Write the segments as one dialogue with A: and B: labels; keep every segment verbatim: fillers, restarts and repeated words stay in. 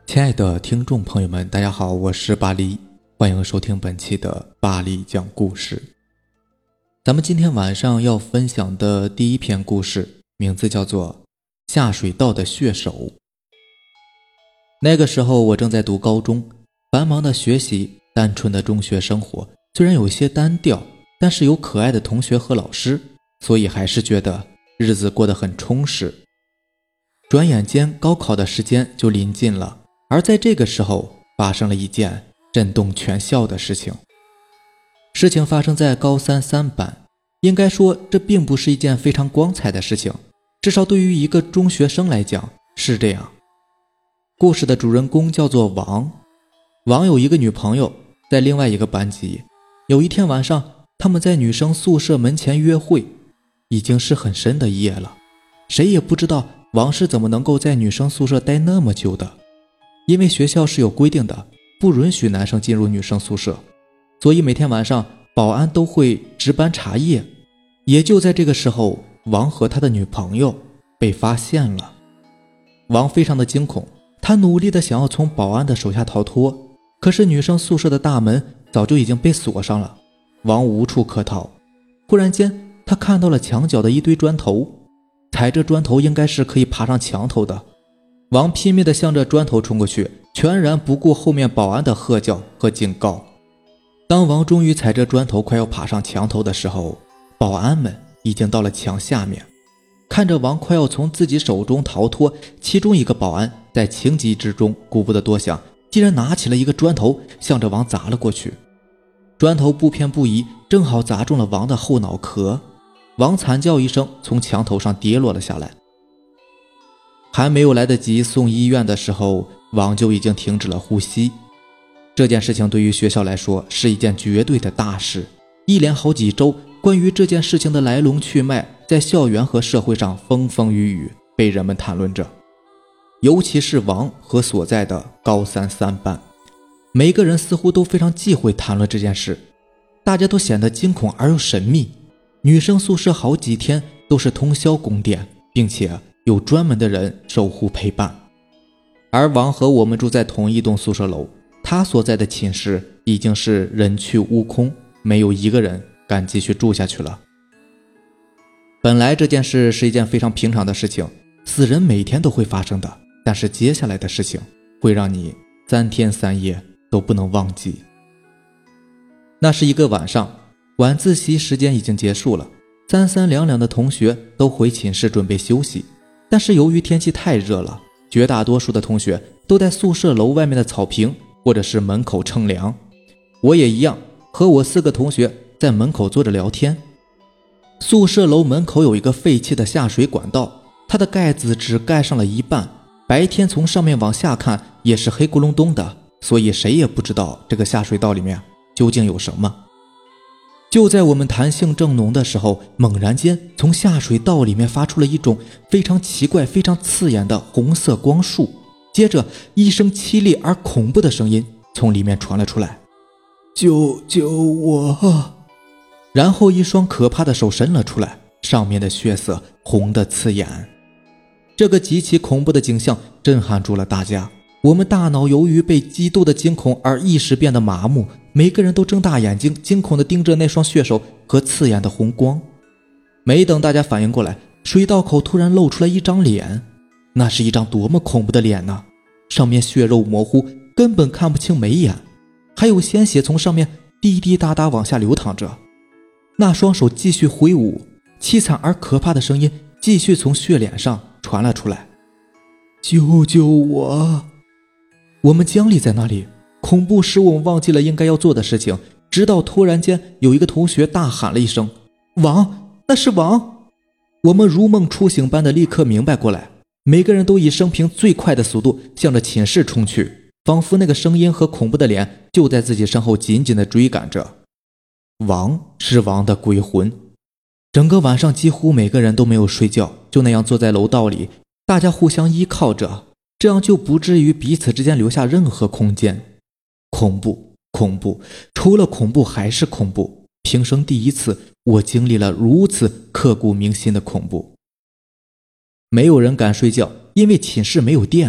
A: 亲爱的听众朋友们，大家好，我是巴黎，欢迎收听本期的巴黎讲故事。咱们今天晚上要分享的第一篇故事，名字叫做《下水道的血手》。那个时候我正在读高中，繁忙的学习，单纯的中学生活，虽然有些单调，但是有可爱的同学和老师，所以还是觉得日子过得很充实。转眼间高考的时间就临近了，而在这个时候发生了一件震动全校的事情。事情发生在高三三班，应该说这并不是一件非常光彩的事情，至少对于一个中学生来讲是这样。故事的主人公叫做王，王有一个女朋友，在另外一个班级。有一天晚上，他们在女生宿舍门前约会，已经是很深的夜了，谁也不知道王是怎么能够在女生宿舍待那么久的。因为学校是有规定的，不允许男生进入女生宿舍，所以每天晚上保安都会值班查夜。也就在这个时候，王和他的女朋友被发现了。王非常的惊恐，他努力的想要从保安的手下逃脱，可是女生宿舍的大门早就已经被锁上了，王无处可逃。忽然间他看到了墙角的一堆砖头，踩着砖头应该是可以爬上墙头的。王拼命地向着砖头冲过去，全然不顾后面保安的喝叫和警告。当王终于踩着砖头快要爬上墙头的时候，保安们已经到了墙下面。看着王快要从自己手中逃脱，其中一个保安在情急之中顾不得多想，竟然拿起了一个砖头向着王砸了过去。砖头不偏不倚，正好砸中了王的后脑壳。王惨叫一声，从墙头上跌落了下来。还没有来得及送医院的时候，王就已经停止了呼吸。这件事情对于学校来说是一件绝对的大事，一连好几周，关于这件事情的来龙去脉在校园和社会上风风雨雨被人们谈论着。尤其是王和所在的高三三班，每个人似乎都非常忌讳谈论这件事，大家都显得惊恐而又神秘。女生宿舍好几天都是通宵供电，并且有专门的人守护陪伴。而王和我们住在同一栋宿舍楼，他所在的寝室已经是人去屋空，没有一个人敢继续住下去了。本来这件事是一件非常平常的事情，死人每天都会发生的，但是接下来的事情会让你三天三夜都不能忘记。那是一个晚上，晚自习时间已经结束了，三三两两的同学都回寝室准备休息，但是由于天气太热了，绝大多数的同学都在宿舍楼外面的草坪或者是门口乘凉。我也一样，和我四个同学在门口坐着聊天。宿舍楼门口有一个废弃的下水管道，它的盖子只盖上了一半，白天从上面往下看也是黑咕隆咚的，所以谁也不知道这个下水道里面究竟有什么。就在我们谈性正浓的时候，猛然间从下水道里面发出了一种非常奇怪非常刺眼的红色光束，接着一声凄厉而恐怖的声音从里面传了出来，救救我！然后一双可怕的手伸了出来，上面的血色红得刺眼。这个极其恐怖的景象震撼住了大家，我们大脑由于被极度的惊恐而一时变得麻木，每个人都睁大眼睛惊恐地盯着那双血手和刺眼的红光。没等大家反应过来，水道口突然露出来一张脸。那是一张多么恐怖的脸呢！上面血肉模糊，根本看不清眉眼，还有鲜血从上面滴滴答答往下流淌着。那双手继续挥舞，凄惨而可怕的声音继续从血脸上传了出来，救救我！我们僵立在那里，恐怖使我们忘记了应该要做的事情，直到突然间有一个同学大喊了一声，王，那是王！我们如梦初醒般的立刻明白过来，每个人都以生平最快的速度向着寝室冲去，仿佛那个声音和恐怖的脸就在自己身后紧紧地追赶着。王是王的鬼魂。整个晚上几乎每个人都没有睡觉，就那样坐在楼道里，大家互相依靠着，这样就不至于彼此之间留下任何空间。恐怖，恐怖，除了恐怖还是恐怖。平生第一次，我经历了如此刻骨铭心的恐怖。没有人敢睡觉，因为寝室没有电。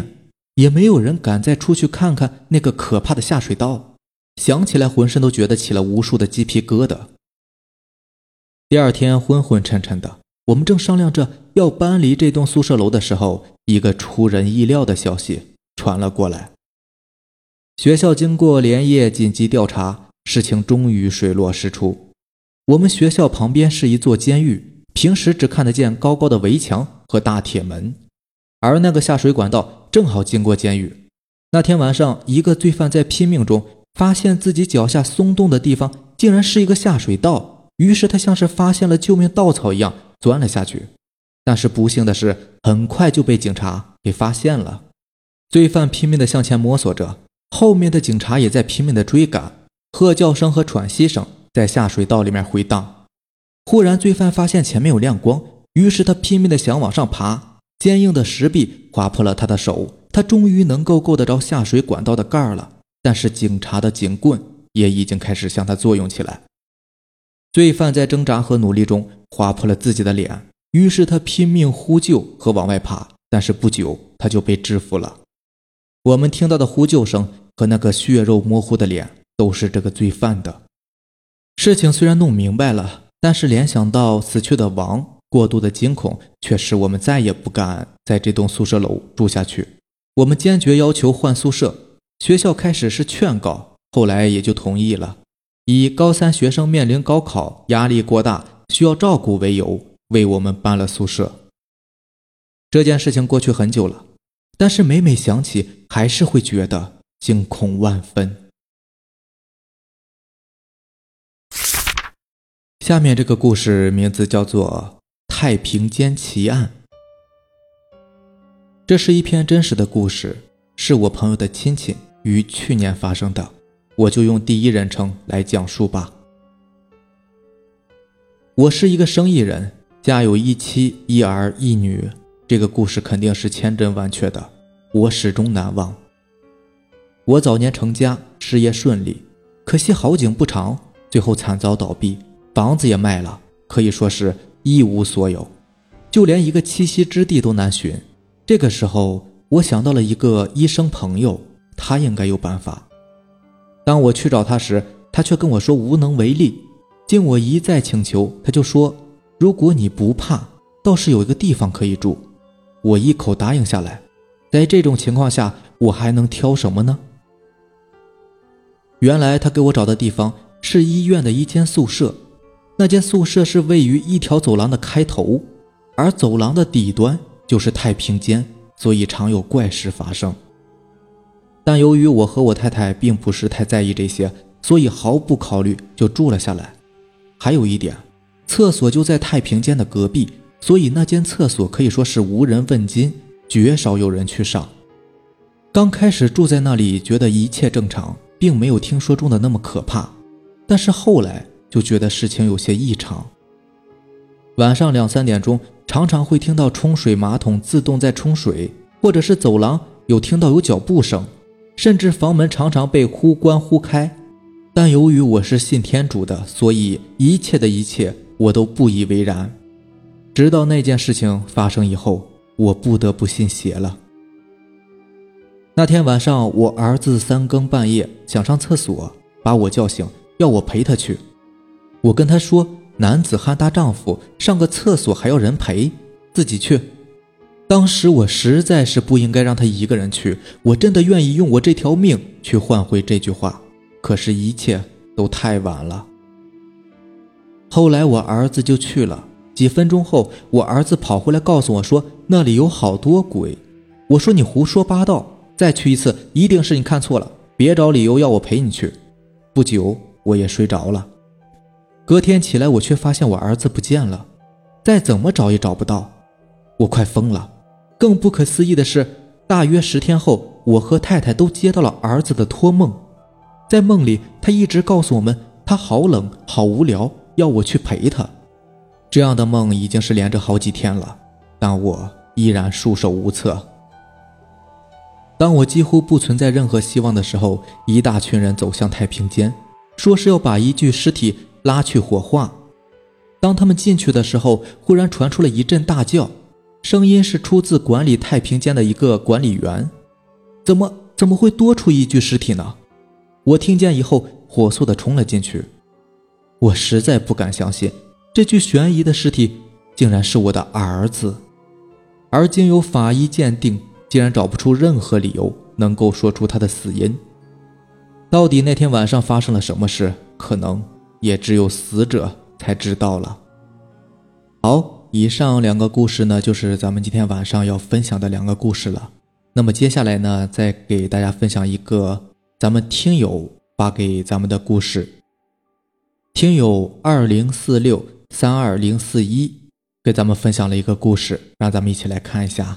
A: 也没有人敢再出去看看那个可怕的下水道，想起来浑身都觉得起了无数的鸡皮疙瘩。第二天昏昏沉沉的，我们正商量着要搬离这栋宿舍楼的时候，一个出人意料的消息传了过来。学校经过连夜紧急调查，事情终于水落石出。我们学校旁边是一座监狱，平时只看得见高高的围墙和大铁门，而那个下水管道正好经过监狱。那天晚上，一个罪犯在拼命中发现自己脚下松动的地方竟然是一个下水道，于是他像是发现了救命稻草一样钻了下去。但是不幸的是，很快就被警察给发现了。罪犯拼命地向前摸索着，后面的警察也在拼命地追赶，喝叫声和喘息声在下水道里面回荡。忽然罪犯发现前面有亮光，于是他拼命地想往上爬，坚硬的石壁划破了他的手，他终于能够够得着下水管道的盖了。但是警察的警棍也已经开始向他作用起来。罪犯在挣扎和努力中划破了自己的脸，于是他拼命呼救和往外爬，但是不久他就被制服了。我们听到的呼救声和那个血肉模糊的脸都是这个罪犯的。事情虽然弄明白了，但是联想到死去的王，过度的惊恐却使我们再也不敢在这栋宿舍楼住下去。我们坚决要求换宿舍，学校开始是劝告，后来也就同意了，以高三学生面临高考，压力过大，需要照顾为由，为我们搬了宿舍。这件事情过去很久了，但是每每想起，还是会觉得惊恐万分。下面这个故事名字叫做《太平间奇案》。这是一篇真实的故事，是我朋友的亲戚于去年发生的，我就用第一人称来讲述吧。我是一个生意人，家有一妻一儿一女，这个故事肯定是千真万确的，我始终难忘。我早年成家，事业顺利，可惜好景不长，最后惨遭倒闭，房子也卖了，可以说是一无所有，就连一个栖息之地都难寻。这个时候我想到了一个医生朋友，他应该有办法。当我去找他时，他却跟我说无能为力。经我一再请求，他就说如果你不怕，倒是有一个地方可以住。我一口答应下来。在这种情况下，我还能挑什么呢？原来他给我找的地方是医院的一间宿舍，那间宿舍是位于一条走廊的开头，而走廊的底端就是太平间，所以常有怪事发生。但由于我和我太太并不是太在意这些，所以毫不考虑就住了下来。还有一点，厕所就在太平间的隔壁，所以那间厕所可以说是无人问津，绝少有人去上。刚开始住在那里，觉得一切正常，并没有听说中的那么可怕，但是后来就觉得事情有些异常。晚上两三点钟，常常会听到冲水马桶自动在冲水，或者是走廊有听到有脚步声，甚至房门常常被忽关忽开。但由于我是信天主的，所以一切的一切我都不以为然。直到那件事情发生以后，我不得不信邪了。那天晚上，我儿子三更半夜想上厕所，把我叫醒，要我陪他去。我跟他说，男子汉大丈夫，上个厕所还要人陪，自己去。当时我实在是不应该让他一个人去，我真的愿意用我这条命去换回这句话，可是一切都太晚了。后来我儿子就去了，几分钟后，我儿子跑回来告诉我说那里有好多鬼。我说你胡说八道，再去一次一定是你看错了，别找理由要我陪你去。不久我也睡着了。隔天起来，我却发现我儿子不见了，再怎么找也找不到，我快疯了。更不可思议的是，大约十天后，我和太太都接到了儿子的托梦。在梦里，他一直告诉我们他好冷好无聊，要我去陪他。这样的梦已经是连着好几天了，但我依然束手无策。当我几乎不存在任何希望的时候，一大群人走向太平间，说是要把一具尸体拉去火化。当他们进去的时候，忽然传出了一阵大叫，声音是出自管理太平间的一个管理员。 怎么怎么会多出一具尸体呢？我听见以后火速地冲了进去。我实在不敢相信，这具悬疑的尸体竟然是我的儿子，而经由法医鉴定，竟然找不出任何理由能够说出他的死因。到底那天晚上发生了什么事，可能也只有死者才知道了。好，以上两个故事呢，就是咱们今天晚上要分享的两个故事了。那么接下来呢，再给大家分享一个咱们听友发给咱们的故事。听友二零四六三二零四一给咱们分享了一个故事，让咱们一起来看一下。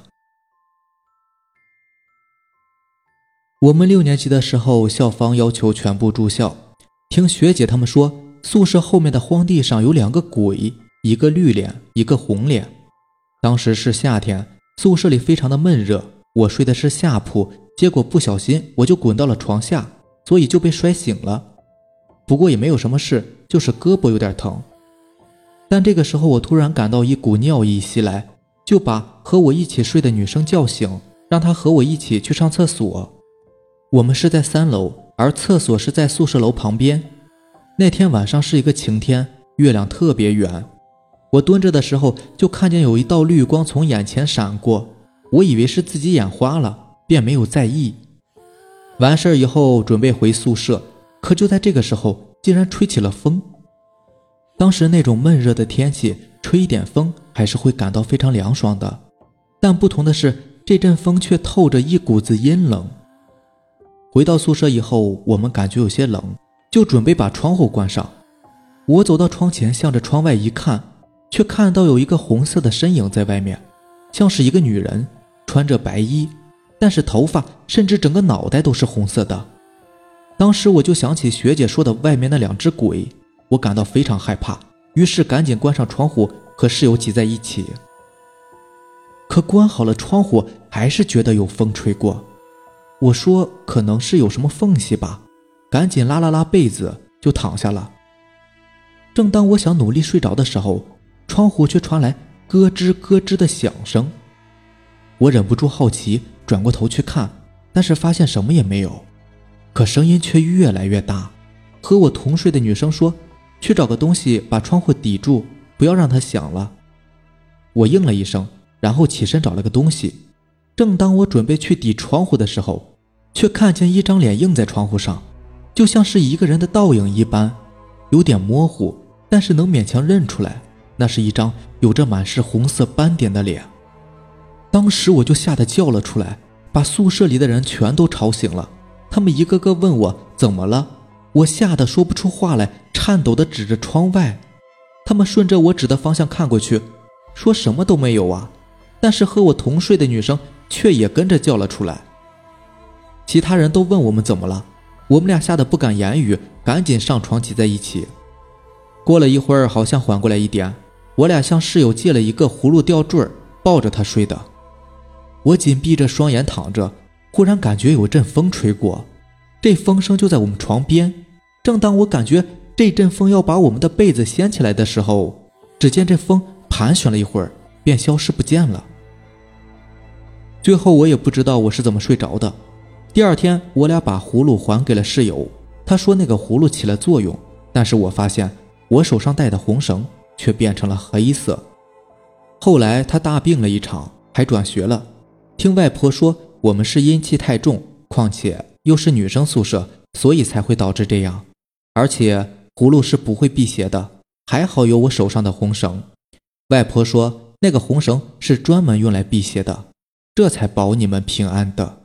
A: 我们六年级的时候，校方要求全部住校。听学姐他们说，宿舍后面的荒地上有两个鬼，一个绿脸，一个红脸。当时是夏天，宿舍里非常的闷热，我睡的是下铺，结果不小心我就滚到了床下，所以就被摔醒了。不过也没有什么事，就是胳膊有点疼。但这个时候我突然感到一股尿意袭来，就把和我一起睡的女生叫醒，让她和我一起去上厕所。我们是在三楼，而厕所是在宿舍楼旁边。那天晚上是一个晴天，月亮特别圆。我蹲着的时候就看见有一道绿光从眼前闪过，我以为是自己眼花了，便没有在意。完事以后准备回宿舍，可就在这个时候竟然吹起了风。当时那种闷热的天气，吹一点风还是会感到非常凉爽的，但不同的是，这阵风却透着一股子阴冷。回到宿舍以后，我们感觉有些冷，就准备把窗户关上。我走到窗前，向着窗外一看，却看到有一个红色的身影在外面，像是一个女人，穿着白衣，但是头发甚至整个脑袋都是红色的。当时我就想起学姐说的外面那两只鬼，我感到非常害怕，于是赶紧关上窗户，和室友挤在一起。可关好了窗户，还是觉得有风吹过。我说可能是有什么缝隙吧，赶紧拉了拉被子就躺下了。正当我想努力睡着的时候，窗户却传来咯吱咯吱的响声。我忍不住好奇，转过头去看，但是发现什么也没有。可声音却越来越大，和我同睡的女生说，去找个东西把窗户抵住，不要让它响了。我应了一声，然后起身找了个东西。正当我准备去抵窗户的时候，却看见一张脸映在窗户上，就像是一个人的倒影一般，有点模糊，但是能勉强认出来，那是一张有着满是红色斑点的脸。当时我就吓得叫了出来，把宿舍里的人全都吵醒了。他们一个个问我怎么了，我吓得说不出话来，颤抖地指着窗外。他们顺着我指的方向看过去，说什么都没有啊。但是和我同睡的女生却也跟着叫了出来。其他人都问我们怎么了，我们俩吓得不敢言语，赶紧上床挤在一起。过了一会儿好像缓过来一点，我俩向室友借了一个葫芦吊坠，抱着他睡的。我紧闭着双眼躺着，忽然感觉有阵风吹过，这风声就在我们床边。正当我感觉这阵风要把我们的被子掀起来的时候，只见这风盘旋了一会儿，便消失不见了。最后我也不知道我是怎么睡着的。第二天我俩把葫芦还给了室友，他说那个葫芦起了作用，但是我发现我手上戴的红绳却变成了黑色。后来他大病了一场，还转学了。听外婆说我们是阴气太重，况且又是女生宿舍，所以才会导致这样。而且葫芦是不会辟邪的，还好有我手上的红绳。外婆说那个红绳是专门用来辟邪的，这才保你们平安的。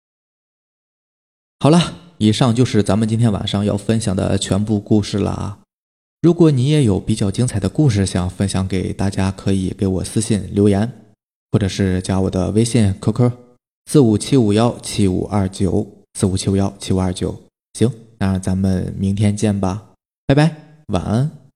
A: 好了，以上就是咱们今天晚上要分享的全部故事了啊。如果你也有比较精彩的故事想分享给大家，可以给我私信留言，或者是加我的微信 Q Q 四五七五一七五二九 四五七五一七五二九。行，那咱们明天见吧，拜拜，晚安。